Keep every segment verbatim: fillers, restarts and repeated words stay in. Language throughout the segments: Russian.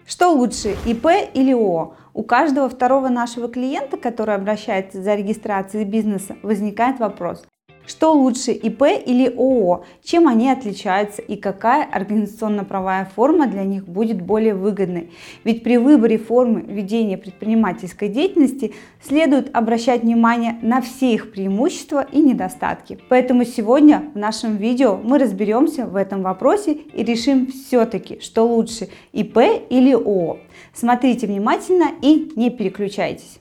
Что лучше, ИП или ООО? У каждого второго нашего клиента, который обращается за регистрацией бизнеса, возникает вопрос: что лучше, ИП или ООО? Чем они отличаются и какая организационно-правовая форма для них будет более выгодной? Ведь при выборе формы ведения предпринимательской деятельности следует обращать внимание на все их преимущества и недостатки. Поэтому сегодня в нашем видео мы разберемся в этом вопросе и решим все-таки, что лучше, ИП или ООО. Смотрите внимательно и не переключайтесь.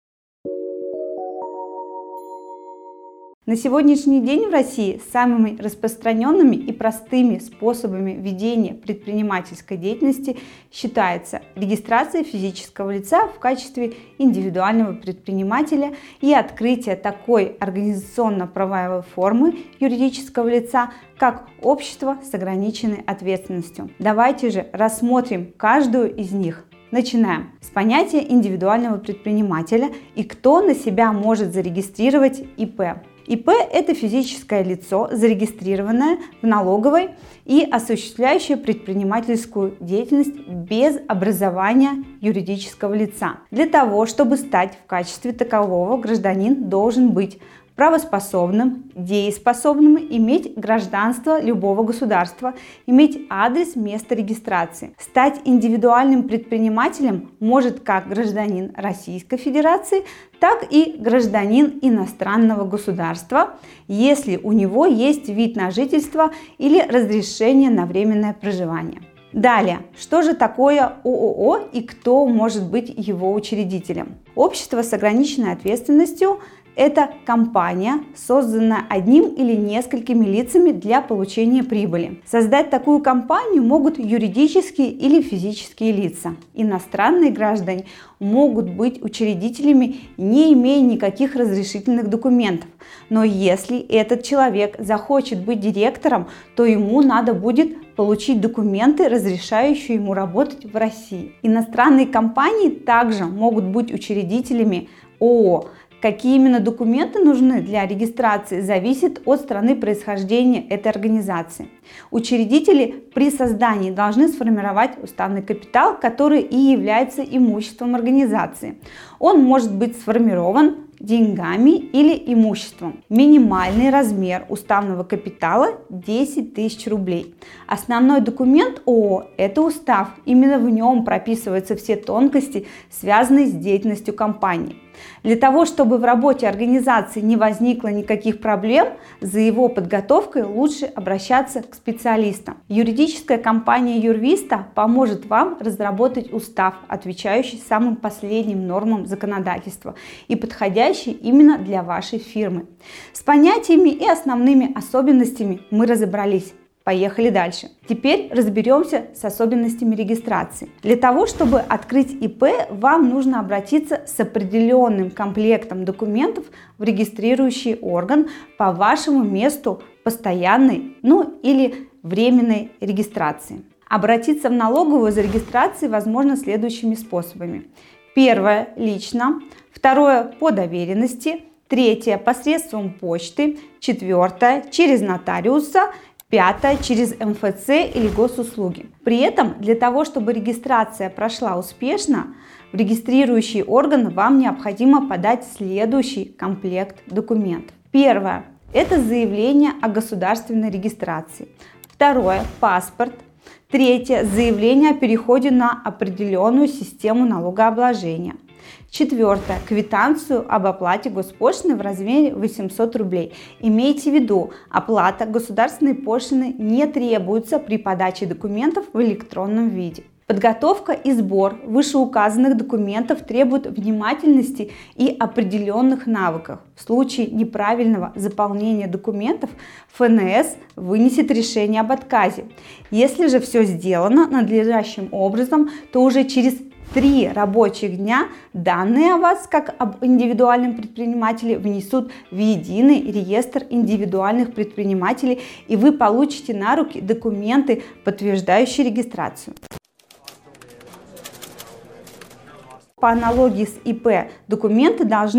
На сегодняшний день в России самыми распространенными и простыми способами ведения предпринимательской деятельности считается регистрация физического лица в качестве индивидуального предпринимателя и открытие такой организационно-правовой формы юридического лица, как общество с ограниченной ответственностью. Давайте же рассмотрим каждую из них. Начинаем с понятия индивидуального предпринимателя и кто на себя может зарегистрировать ИП. ИП – это физическое лицо, зарегистрированное в налоговой и осуществляющее предпринимательскую деятельность без образования юридического лица. Для того, чтобы стать в качестве такового, гражданин должен быть правоспособным, дееспособным, иметь гражданство любого государства, иметь адрес места регистрации. Стать индивидуальным предпринимателем может как гражданин Российской Федерации, так и гражданин иностранного государства, если у него есть вид на жительство или разрешение на временное проживание. Далее, что же такое ООО и кто может быть его учредителем? Общество с ограниченной ответственностью – это компания, созданная одним или несколькими лицами для получения прибыли. Создать такую компанию могут юридические или физические лица. Иностранные граждане могут быть учредителями, не имея никаких разрешительных документов. Но если этот человек захочет быть директором, то ему надо будет получить документы, разрешающие ему работать в России. Иностранные компании также могут быть учредителями ООО. Какие именно документы нужны для регистрации, зависит от страны происхождения этой организации. Учредители при создании должны сформировать уставный капитал, который и является имуществом организации. Он может быть сформирован деньгами или имуществом. Минимальный размер уставного капитала – десять тысяч рублей. Основной документ ООО – это устав. Именно в нем прописываются все тонкости, связанные с деятельностью компании. Для того, чтобы в работе организации не возникло никаких проблем, за его подготовкой лучше обращаться к специалистам. Юридическая компания Юрвиста поможет вам разработать устав, отвечающий самым последним нормам законодательства и подходящий именно для вашей фирмы. С понятиями и основными особенностями мы разобрались. Поехали дальше. Теперь разберемся с особенностями регистрации. Для того, чтобы открыть ИП, вам нужно обратиться с определенным комплектом документов в регистрирующий орган по вашему месту постоянной, ну или временной регистрации. Обратиться в налоговую за регистрацией возможно следующими способами. Первое – лично. Второе – по доверенности. Третье – посредством почты. Четвертое – через нотариуса. Пятое – через эм эф цэ или госуслуги. При этом для того, чтобы регистрация прошла успешно, в регистрирующий орган вам необходимо подать следующий комплект документов. Первое – это заявление о государственной регистрации. Второе – паспорт. Третье – заявление о переходе на определенную систему налогообложения. Четвертое. Квитанцию об оплате госпошлины в размере восемьсот рублей. Имейте в виду, оплата государственной пошлины не требуется при подаче документов в электронном виде. Подготовка и сбор вышеуказанных документов требуют внимательности и определенных навыков. В случае неправильного заполнения документов эф эн эс вынесет решение об отказе. Если же все сделано надлежащим образом, то уже через три рабочих дня данные о вас, как об индивидуальном предпринимателе, внесут в единый реестр индивидуальных предпринимателей, и вы получите на руки документы, подтверждающие регистрацию. По аналогии с ИП, документы должны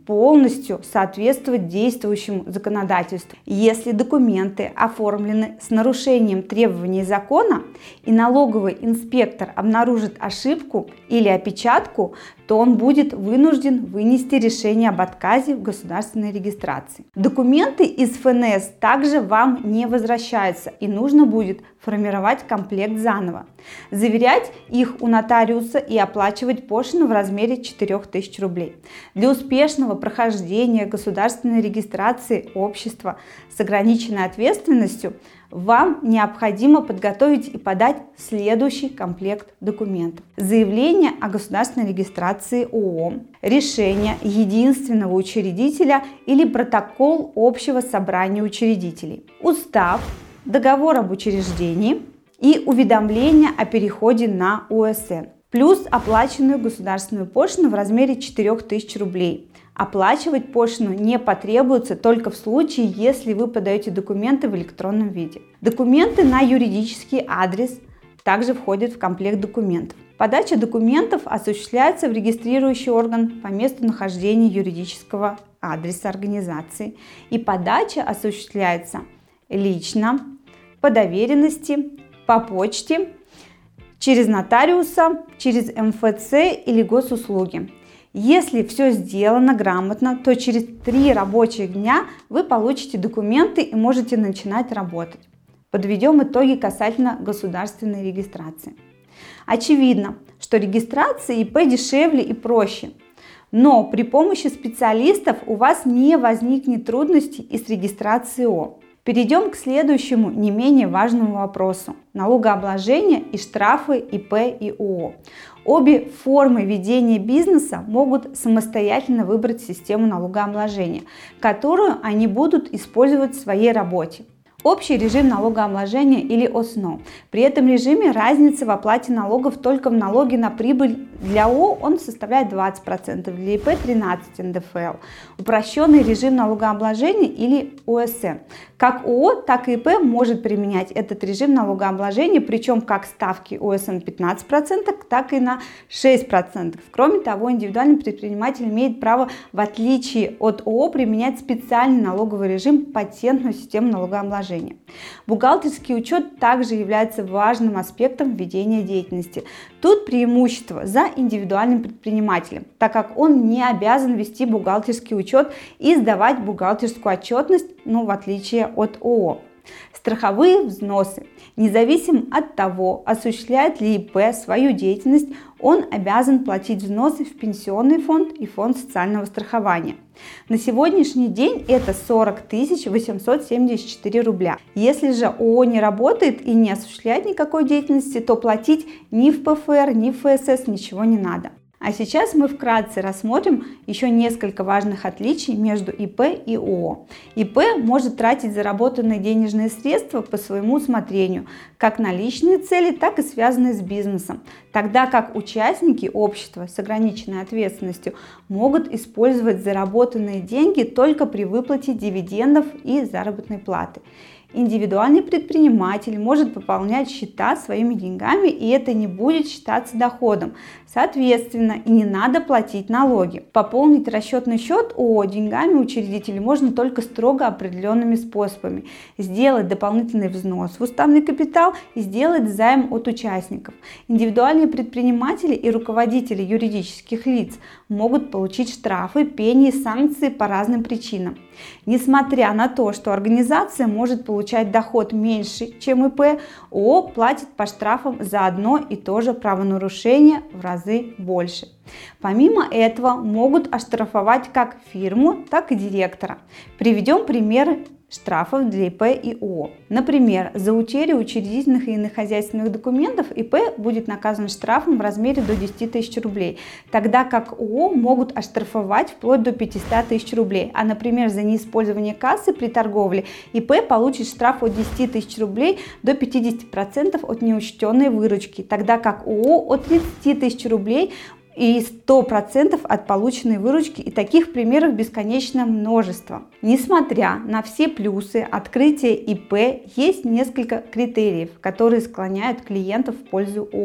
полностью соответствовать действующему законодательству. Если документы оформлены с нарушением требований закона и налоговый инспектор обнаружит ошибку или опечатку, то он будет вынужден вынести решение об отказе в государственной регистрации. Документы из эф эн эс также вам не возвращаются, и нужно будет формировать комплект заново, заверять их у нотариуса и оплачивать пошлину в размере четырёх тысяч рублей. Для успешного прохождения государственной регистрации общества с ограниченной ответственностью вам необходимо подготовить и подать следующий комплект документов: заявление о государственной регистрации ООО, решение единственного учредителя или протокол общего собрания учредителей, устав, договор об учреждении и уведомление о переходе на о эс эн, плюс оплаченную государственную пошлину в размере четырёх тысяч рублей. Оплачивать пошлину не потребуется только в случае, если вы подаете документы в электронном виде. Документы на юридический адрес также входят в комплект документов. Подача документов осуществляется в регистрирующий орган по месту нахождения юридического адреса организации, и подача осуществляется лично, по доверенности, по почте, через нотариуса, через эм эф цэ или госуслуги. Если все сделано грамотно, то через три рабочих дня вы получите документы и можете начинать работать. Подведем итоги касательно государственной регистрации. Очевидно, что регистрация и пэ дешевле и проще, но при помощи специалистов у вас не возникнет трудностей и с регистрацией ООО. Перейдем к следующему не менее важному вопросу – налогообложение и штрафы и пэ и ООО. Обе формы ведения бизнеса могут самостоятельно выбрать систему налогообложения, которую они будут использовать в своей работе. Общий режим налогообложения или о эс эн о. При этом режиме разница в оплате налогов только в налоге на прибыль. Для ООО он составляет двадцать процентов, для и пэ тринадцать процентов эн дэ эф эл. Упрощенный режим налогообложения или о эс эн. Как ООО, так и и пэ может применять этот режим налогообложения, причем как ставки о эс эн пятнадцать процентов, так и на шесть процентов. Кроме того, индивидуальный предприниматель имеет право, в отличие от ООО, применять специальный налоговый режим, патентную систему налогообложения. Бухгалтерский учет также является важным аспектом ведения деятельности. Тут преимущество за индивидуальным предпринимателем, так как он не обязан вести бухгалтерский учет и сдавать бухгалтерскую отчетность, ну, в отличие от ООО. Страховые взносы. Независимо от того, осуществляет ли и пэ свою деятельность, он обязан платить взносы в пенсионный фонд и фонд социального страхования. На сегодняшний день это сорок тысяч восемьсот семьдесят четыре рубля. Если же ООО не работает и не осуществляет никакой деятельности, то платить ни в пэ эф эр, ни в эф эс эс ничего не надо. А сейчас мы вкратце рассмотрим еще несколько важных отличий между и пэ и ООО. и пэ может тратить заработанные денежные средства по своему усмотрению, как на личные цели, так и связанные с бизнесом, тогда как участники общества с ограниченной ответственностью могут использовать заработанные деньги только при выплате дивидендов и заработной платы. Индивидуальный предприниматель может пополнять счета своими деньгами, и это не будет считаться доходом. Соответственно, и не надо платить налоги. Пополнить расчетный счет ООО деньгами учредителя можно только строго определенными способами. Сделать дополнительный взнос в уставный капитал и сделать займ от участников. Индивидуальные предприниматели и руководители юридических лиц могут получить штрафы, пени и санкции по разным причинам. Несмотря на то, что организация может получать доход меньше, чем и пэ, ООО платит по штрафам за одно и то же правонарушение в разы больше. Помимо этого могут оштрафовать как фирму, так и директора. Приведем примеры штрафов для и пэ и ООО. Например, за утерю учредительных и иных хозяйственных документов и пэ будет наказан штрафом в размере до десяти тысяч рублей, тогда как ООО могут оштрафовать вплоть до пятисот тысяч рублей. А, например, за неиспользование кассы при торговле и пэ получит штраф от десяти тысяч рублей до пятидесяти процентов от неучтенной выручки, тогда как ООО от тридцати тысяч рублей и сто процентов от полученной выручки, и таких примеров бесконечное множество. Несмотря на все плюсы открытия и пэ, есть несколько критериев, которые склоняют клиентов в пользу ООО.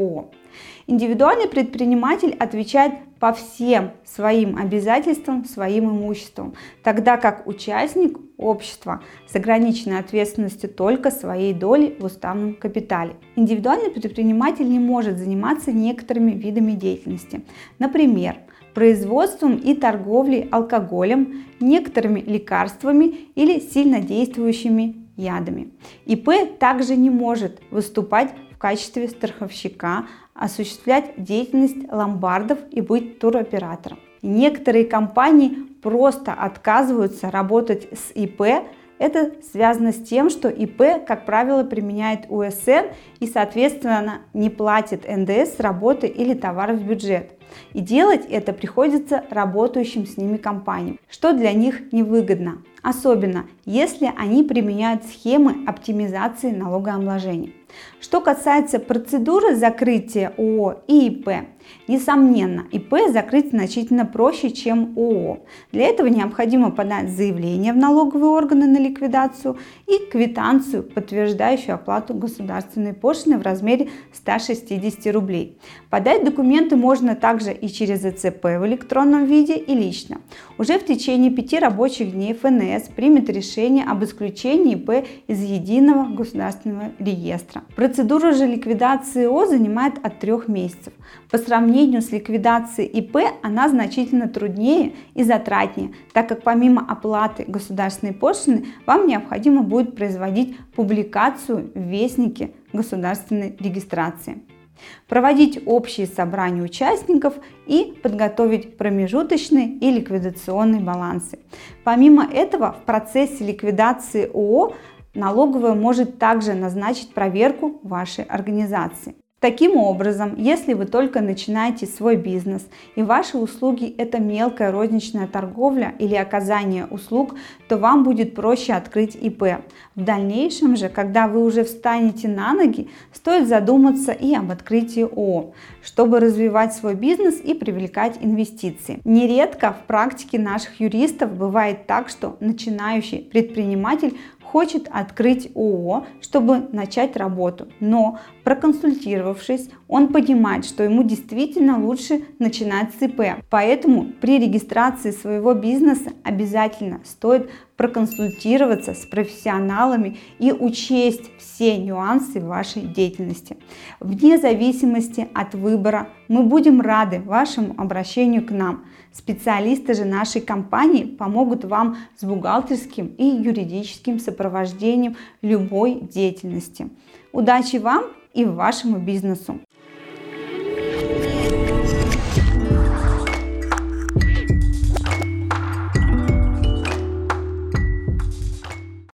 Индивидуальный предприниматель отвечает по всем своим обязательствам, своим имуществом, тогда как участник общества с ограниченной ответственностью только своей доли в уставном капитале. Индивидуальный предприниматель не может заниматься некоторыми видами деятельности, например, производством и торговлей алкоголем, некоторыми лекарствами или сильнодействующими ядами. ИП также не может выступать в качестве страховщика, осуществлять деятельность ломбардов и быть туроператором. Некоторые компании просто отказываются работать с ИП. Это связано с тем, что ИП, как правило, применяет УСН и, соответственно, не платит эн дэ эс с работы или товаров в бюджет. И делать это приходится работающим с ними компаниям, что для них невыгодно, особенно если они применяют схемы оптимизации налогообложения. Что касается процедуры закрытия ООО и ИП, несомненно, ИП закрыть значительно проще, чем ООО. Для этого необходимо подать заявление в налоговые органы на ликвидацию и квитанцию, подтверждающую оплату государственной пошлины в размере ста шестидесяти рублей. Подать документы можно также и через э цэ пэ в электронном виде, и лично. Уже в течение пяти рабочих дней эф эн эс примет решение об исключении ИП из единого государственного реестра. Процедура же ликвидации ООО занимает от трех месяцев. По сравнению с ликвидацией ИП она значительно труднее и затратнее, так как помимо оплаты государственной пошлины вам необходимо будет производить публикацию в Вестнике государственной регистрации, проводить общие собрания участников и подготовить промежуточные и ликвидационные балансы. Помимо этого, в процессе ликвидации ООО налоговая может также назначить проверку вашей организации. Таким образом, если вы только начинаете свой бизнес и ваши услуги – это мелкая розничная торговля или оказание услуг, то вам будет проще открыть ИП. В дальнейшем же, когда вы уже встанете на ноги, стоит задуматься и об открытии ООО, чтобы развивать свой бизнес и привлекать инвестиции. Нередко в практике наших юристов бывает так, что начинающий предприниматель хочет открыть ООО, чтобы начать работу, но проконсультировавшись, он понимает, что ему действительно лучше начинать с ИП. Поэтому при регистрации своего бизнеса обязательно стоит проконсультироваться с профессионалами и учесть все нюансы вашей деятельности. Вне зависимости от выбора мы будем рады вашему обращению к нам. Специалисты же нашей компании помогут вам с бухгалтерским и юридическим сопровождением любой деятельности. Удачи вам и вашему бизнесу!